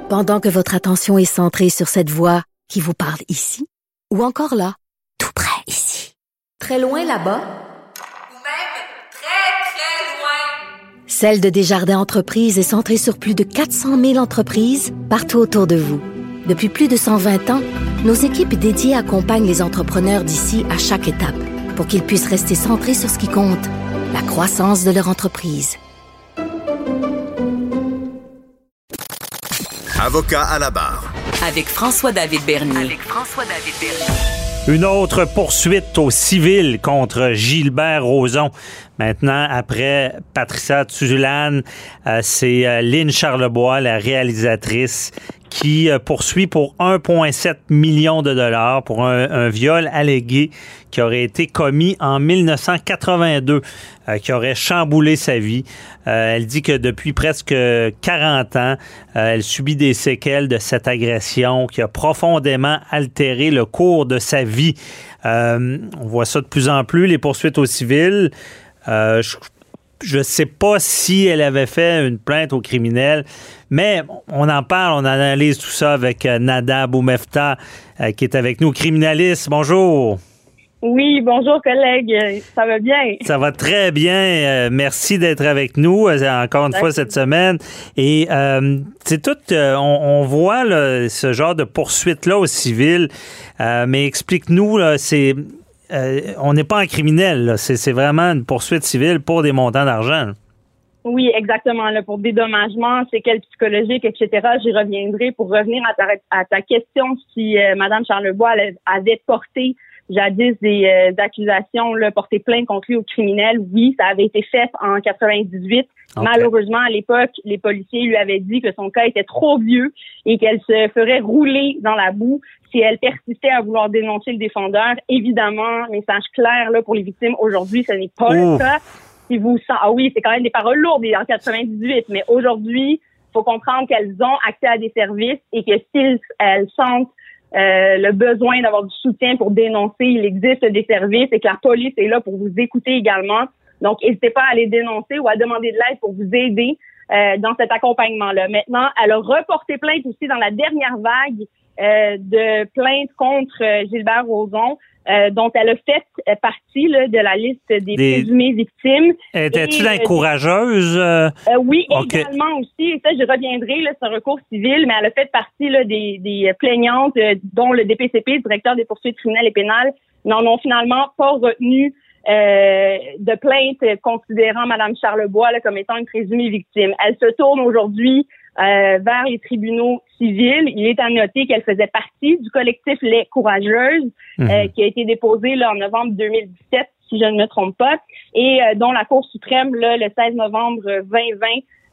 Pendant que votre attention est centrée sur cette voix qui vous parle ici, ou encore là, tout près ici, très loin là-bas, ou même très, très loin. Celle de Desjardins Entreprises est centrée sur plus de 400 000 entreprises partout autour de vous. Depuis plus de 120 ans, nos équipes dédiées accompagnent les entrepreneurs d'ici à chaque étape pour qu'ils puissent rester centrés sur ce qui compte, la croissance de leur entreprise. Avocat à la barre. Avec François-David Bernier. Une autre poursuite au civil contre Gilbert Rozon. Maintenant, après Patricia Tuzulane, c'est Lynn Charlebois, la réalisatrice, qui poursuit pour 1,7 million de dollars pour un viol allégué qui aurait été commis en 1982, qui aurait chamboulé sa vie. Elle dit que depuis presque 40 ans, elle subit des séquelles de cette agression qui a profondément altéré le cours de sa vie. On voit ça de plus en plus, les poursuites au civil. Je ne sais pas si elle avait fait une plainte au criminel, mais on en parle, on analyse tout ça avec Nada Boumefta, qui est avec nous, criminaliste. Bonjour. Oui, bonjour collègue, ça va bien? Ça va très bien, merci d'être avec nous encore une fois cette semaine. Et c'est tout, on voit là, ce genre de poursuite-là au civil, mais explique-nous, là, on n'est pas un criminel, là. C'est vraiment une poursuite civile pour des montants d'argent. Oui, exactement. Là, pour dédommagement, séquelles psychologiques, etc. J'y reviendrai. Pour revenir à ta question, si Mme Charlebois avait porté jadis des accusations, là, porté plainte contre lui au criminel, oui, ça avait été fait en 98. Okay. Malheureusement, à l'époque, les policiers lui avaient dit que son cas était trop vieux et qu'elle se ferait rouler dans la boue si elle persistait à vouloir dénoncer le défendeur. Évidemment, message clair là pour les victimes aujourd'hui, ce n'est pas le cas. Si vous oui, c'est quand même des paroles lourdes en 98, mais aujourd'hui, il faut comprendre qu'elles ont accès à des services et que si elles sentent le besoin d'avoir du soutien pour dénoncer, il existe des services et que la police est là pour vous écouter également. Donc, n'hésitez pas à les dénoncer ou à demander de l'aide pour vous aider dans cet accompagnement-là. Maintenant, elle a reporté plainte aussi dans la dernière vague de plaintes contre Gilbert Rozon, dont elle a fait partie là, de la liste des présumées victimes. Étais-tu dans courageuse? Oui, okay. Également aussi. Et ça, je reviendrai, là, c'est un recours civil, mais elle a fait partie là, des plaignantes, dont le DPCP, directeur des poursuites criminelles et pénales, n'en ont finalement pas retenu de plainte considérant Mme Charlebois là, comme étant une présumée victime. Elle se tourne aujourd'hui vers les tribunaux civils. Il est à noter qu'elle faisait partie du collectif Les Courageuses, qui a été déposé là, en novembre 2017, si je ne me trompe pas, et dont la Cour suprême, là, le 16 novembre 2020,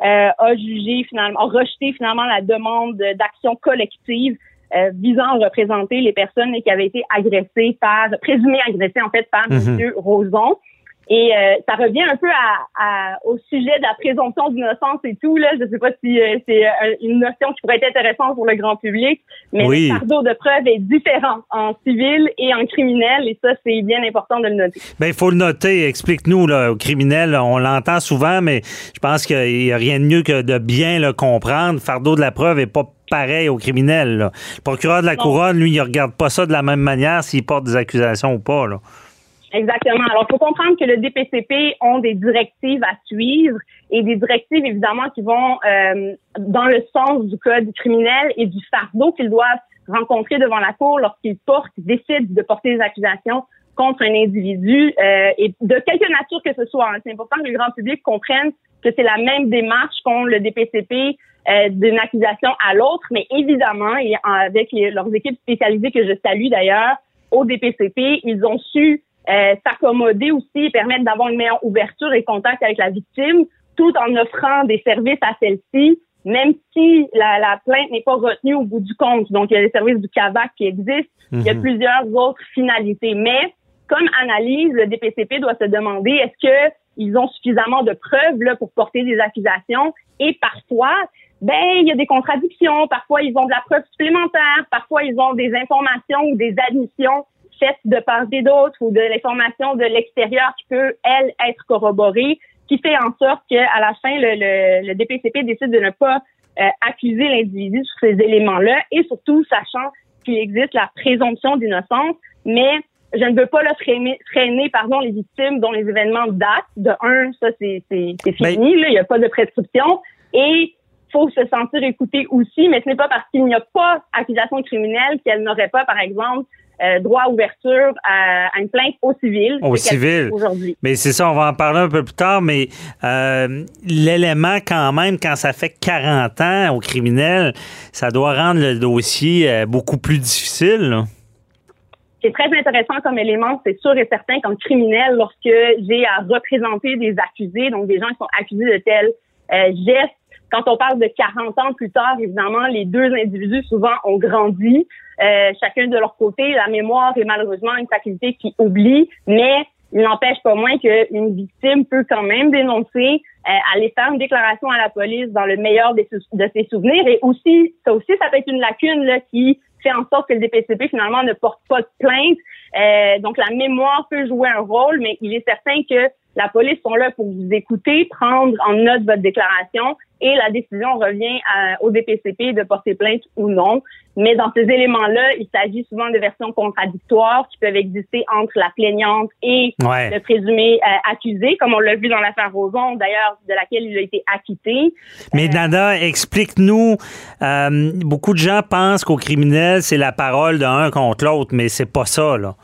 a rejeté finalement la demande d'action collective visant à représenter les personnes qui avaient été présumées agressées en fait par M. Rozon. Et ça revient un peu au sujet de la présomption d'innocence et tout. Là, je ne sais pas si c'est une notion qui pourrait être intéressante pour le grand public, mais le fardeau de preuve est différent en civil et en criminel, et ça, c'est bien important de le noter. Bien, il faut le noter. Explique-nous, là, au criminel, on l'entend souvent, mais je pense qu'il n'y a rien de mieux que de bien le comprendre. Le fardeau de la preuve n'est pas pareil au criminel. Là. Le procureur de la Couronne, lui, il ne regarde pas ça de la même manière s'il porte des accusations ou pas, là. Exactement. Alors, il faut comprendre que le DPCP ont des directives à suivre et des directives, évidemment, qui vont dans le sens du code criminel et du fardeau qu'ils doivent rencontrer devant la Cour lorsqu'ils décident de porter des accusations contre un individu et de quelque nature que ce soit. Hein. C'est important que le grand public comprenne que c'est la même démarche qu'ont le DPCP d'une accusation à l'autre, mais évidemment, et avec leurs équipes spécialisées que je salue d'ailleurs, au DPCP, ils ont su s'accommoder aussi et permettre d'avoir une meilleure ouverture et contact avec la victime, tout en offrant des services à celle-ci, même si la plainte n'est pas retenue au bout du compte. Donc, il y a les services du CAVAC qui existent, il y a plusieurs autres finalités. Mais, comme analyse, le DPCP doit se demander, est-ce que ils ont suffisamment de preuves là pour porter des accusations? Et parfois, il y a des contradictions. Parfois, ils ont de la preuve supplémentaire. Parfois, ils ont des informations ou des admissions faites de part et d'autre ou de l'information de l'extérieur qui peut, elle, être corroborée, qui fait en sorte qu'à la fin, le DPCP décide de ne pas accuser l'individu sur ces éléments-là et surtout sachant qu'il existe la présomption d'innocence, mais je ne veux pas freiner les victimes dont les événements datent. De un, ça c'est fini, là, il n'y a pas de prescription et faut se sentir écouté aussi, mais ce n'est pas parce qu'il n'y a pas accusation criminelle qu'elle n'aurait pas, par exemple, droit à ouverture à une plainte au civil. Au civil. Aujourd'hui. Mais c'est ça, on va en parler un peu plus tard, mais l'élément quand même, quand ça fait 40 ans au criminel, ça doit rendre le dossier beaucoup plus difficile, là. C'est très intéressant comme élément, c'est sûr et certain, comme criminel, lorsque j'ai à représenter des accusés, donc des gens qui sont accusés de tels gestes. Quand on parle de 40 ans plus tard, évidemment, les deux individus souvent ont grandi, chacun de leur côté. La mémoire est malheureusement une faculté qui oublie, mais il n'empêche pas moins qu'une victime peut quand même dénoncer, aller faire une déclaration à la police dans le meilleur de ses souvenirs. Et aussi, ça peut être une lacune là qui fait en sorte que le DPCP finalement ne porte pas de plainte. Donc la mémoire peut jouer un rôle, mais il est certain que la police sont là pour vous écouter, prendre en note votre déclaration et la décision revient au DPCP de porter plainte ou non. Mais dans ces éléments-là, il s'agit souvent de versions contradictoires qui peuvent exister entre la plaignante et le présumé accusé, comme on l'a vu dans l'affaire Roson, d'ailleurs, de laquelle il a été acquitté. Mais Nada, explique-nous, beaucoup de gens pensent qu'au criminel, c'est la parole d'un contre l'autre, mais c'est pas ça, là.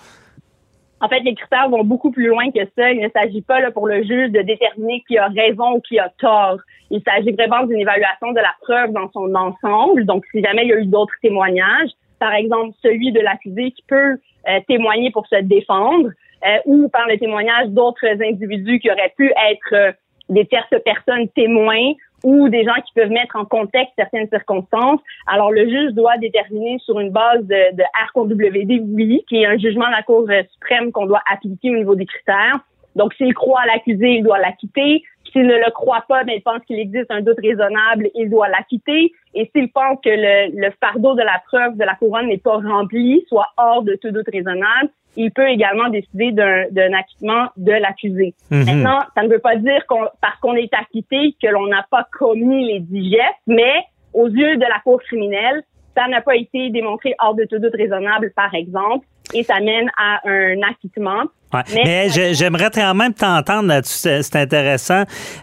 En fait, les critères vont beaucoup plus loin que ça. Il ne s'agit pas là pour le juge de déterminer qui a raison ou qui a tort. Il s'agit vraiment d'une évaluation de la preuve dans son ensemble. Donc, si jamais il y a eu d'autres témoignages, par exemple celui de l'accusé qui peut témoigner pour se défendre, ou par le témoignage d'autres individus qui auraient pu être des tierces personnes témoins ou des gens qui peuvent mettre en contexte certaines circonstances. Alors, le juge doit déterminer sur une base de RQWD, oui, qui est un jugement de la Cour suprême qu'on doit appliquer au niveau des critères. Donc, s'il croit à l'accusé, il doit l'acquitter. S'il ne le croit pas, mais il pense qu'il existe un doute raisonnable, il doit l'acquitter. Et s'il pense que le fardeau de la preuve de la couronne n'est pas rempli, soit hors de tout doute raisonnable, il peut également décider d'un acquittement de l'accusé. Mm-hmm. Maintenant, ça ne veut pas dire parce qu'on est acquitté que l'on n'a pas commis les 10 gestes, mais aux yeux de la Cour criminelle, ça n'a pas été démontré hors de tout doute raisonnable, par exemple, et ça mène à un acquittement. Ouais. Mais j'aimerais quand même t'entendre là-dessus, c'est intéressant.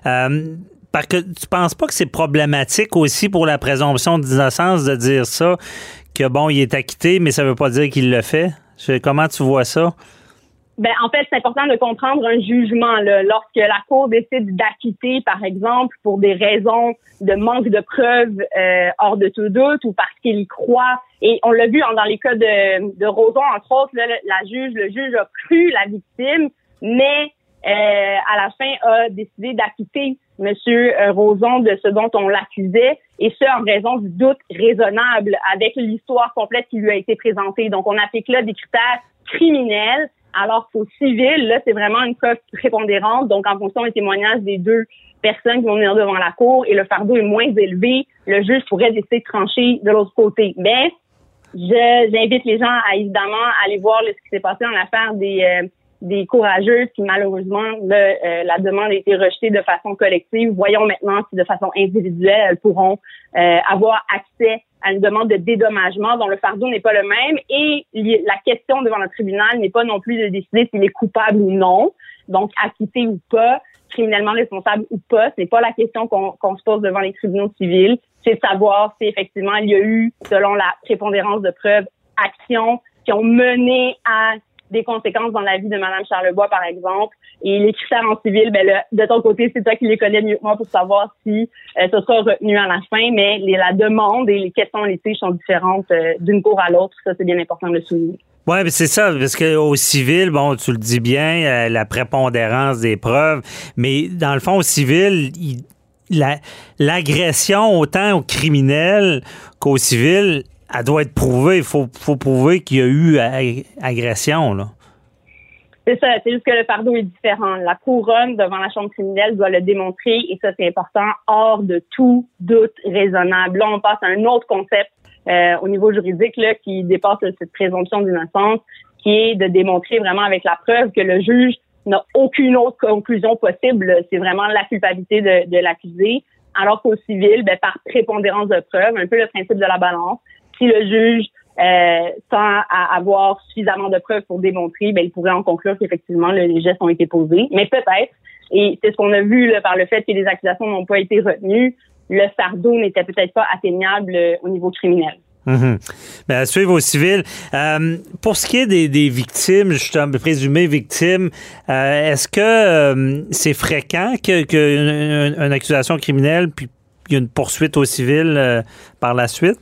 Parce que tu penses pas que c'est problématique aussi pour la présomption d'innocence de dire ça, que bon, il est acquitté, mais ça veut pas dire qu'il le fait? Comment tu vois ça? Ben, en fait, c'est important de comprendre un jugement, là. Lorsque la Cour décide d'acquitter, par exemple, pour des raisons de manque de preuves hors de tout doute ou parce qu'il y croit. Et on l'a vu dans les cas de Roson, entre autres, là, le juge a cru la victime, mais à la fin a décidé d'acquitter Monsieur Roson de ce dont on l'accusait, et ce en raison du doute raisonnable avec l'histoire complète qui lui a été présentée. Donc, on applique là des critères criminels, alors qu'au civil, là, c'est vraiment une preuve prépondérante. Donc, en fonction des témoignages des deux personnes qui vont venir devant la cour et le fardeau est moins élevé, le juge pourrait décider de trancher de l'autre côté. Mais j'invite les gens à évidemment aller voir ce qui s'est passé dans l'affaire des courageuses qui malheureusement la demande a été rejetée de façon collective. Voyons maintenant si de façon individuelle elles pourront avoir accès à une demande de dédommagement dont le fardeau n'est pas le même et la question devant le tribunal n'est pas non plus de décider s'il est coupable ou non, donc acquitté ou pas, criminellement responsable ou pas. Ce n'est pas la question qu'on se pose devant les tribunaux civils, c'est de savoir si effectivement il y a eu, selon la prépondérance de preuves, actions qui ont mené à des conséquences dans la vie de Mme Charlebois, par exemple. Et les critères en civil, ben là, de ton côté, c'est toi qui les connais mieux que moi pour savoir si ce sera retenu à la fin, mais la demande et les questions litiges sont différentes d'une cour à l'autre. Ça, c'est bien important de le souligner. Oui, mais c'est ça, parce qu'au civil, bon, tu le dis bien, la prépondérance des preuves, mais dans le fond, au civil, l'agression autant au criminel qu'au civil, elle doit être prouvée. Il faut prouver qu'il y a eu agression, là. C'est ça, c'est juste que le fardeau est différent. La couronne devant la chambre criminelle doit le démontrer et ça, c'est important, hors de tout doute raisonnable. Là, on passe à un autre concept au niveau juridique là, qui dépasse cette présomption d'innocence, qui est de démontrer vraiment avec la preuve que le juge n'a aucune autre conclusion possible. C'est vraiment la culpabilité de l'accusé. alors qu'au civil, par prépondérance de preuves, un peu le principe de la balance, si le juge sans avoir suffisamment de preuves pour démontrer, il pourrait en conclure qu'effectivement les gestes ont été posés. Mais peut-être, et c'est ce qu'on a vu là, par le fait que les accusations n'ont pas été retenues, le fardeau n'était peut-être pas atteignable au niveau criminel. À suivre au civil. Pour ce qui est des victimes, justement, présumées victimes, est-ce que c'est fréquent qu'une accusation criminelle puis il y a une poursuite au civil par la suite?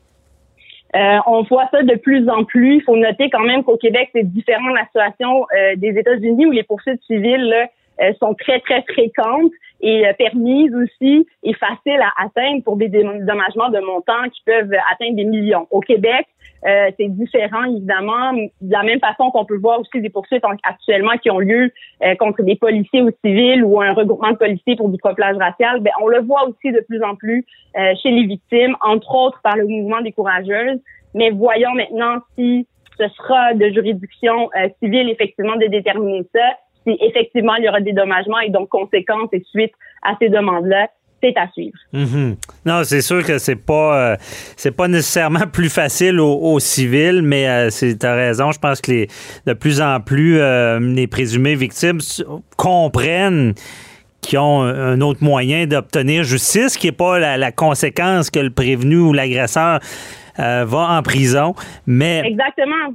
On voit ça de plus en plus. Il faut noter quand même qu'au Québec, c'est différent de la situation des États-Unis où les poursuites civiles là, sont très, très fréquentes et permises aussi et faciles à atteindre pour des dédommagements de montants qui peuvent atteindre des millions. Au Québec, c'est différent, évidemment. De la même façon qu'on peut voir aussi des poursuites actuellement qui ont lieu contre des policiers ou civils ou un regroupement de policiers pour du profilage racial, on le voit aussi de plus en plus chez les victimes, entre autres par le mouvement des courageuses. Mais voyons maintenant si ce sera de juridiction civile, effectivement, de déterminer ça. Si effectivement il y aura des dédommagements et donc conséquences et suite à ces demandes-là, c'est à suivre. Non, c'est sûr que c'est pas nécessairement plus facile au civil, mais t'as raison. Je pense que de plus en plus les présumées victimes comprennent qui ont un autre moyen d'obtenir justice, qui n'est pas la conséquence que le prévenu ou l'agresseur va en prison. Mais exactement.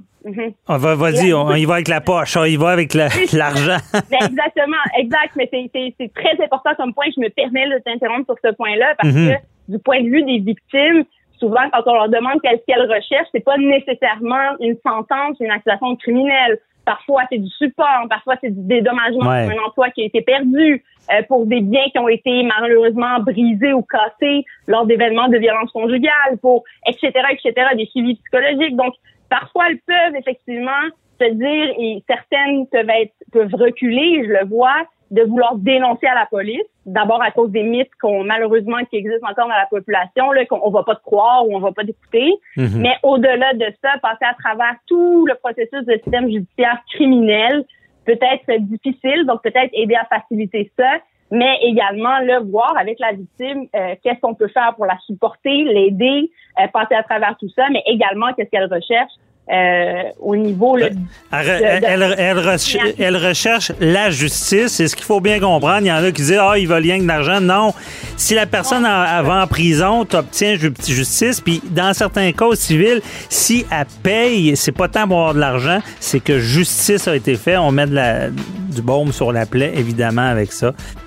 Vas-y, on y va avec la poche, on y va avec l'argent. Exactement, exact. Mais c'est très important comme point. Je me permets de t'interrompre sur ce point-là parce que du point de vue des victimes, souvent quand on leur demande qu'est-ce qu'elles recherchent, c'est pas nécessairement une sentence, une accusation criminelle. Parfois, c'est du support, parfois, c'est du dédommagement pour un emploi qui a été perdu, pour des biens qui ont été malheureusement brisés ou cassés lors d'événements de violence conjugale, pour etc., des suivis psychologiques. Donc, parfois, elles peuvent effectivement se dire, et certaines peuvent reculer, je le vois, de vouloir dénoncer à la police, d'abord à cause des mythes malheureusement qui existent encore dans la population, là, qu'on va pas te croire ou on va pas t'écouter. Mais au-delà de ça, passer à travers tout le processus de système judiciaire criminel peut être difficile, donc peut-être aider à faciliter ça, mais également là, voir avec la victime qu'est-ce qu'on peut faire pour la supporter, l'aider, passer à travers tout ça, mais également qu'est-ce qu'elle recherche. Au niveau là, elle recherche la justice. C'est ce qu'il faut bien comprendre. Il y en a qui disent ils veulent rien que de l'argent. Non. Si la personne va en prison, tu obtiens justice. Puis dans certains cas civils, si elle paye, c'est pas tant pour avoir de l'argent, c'est que justice a été faite. On met du baume sur la plaie, évidemment, avec ça.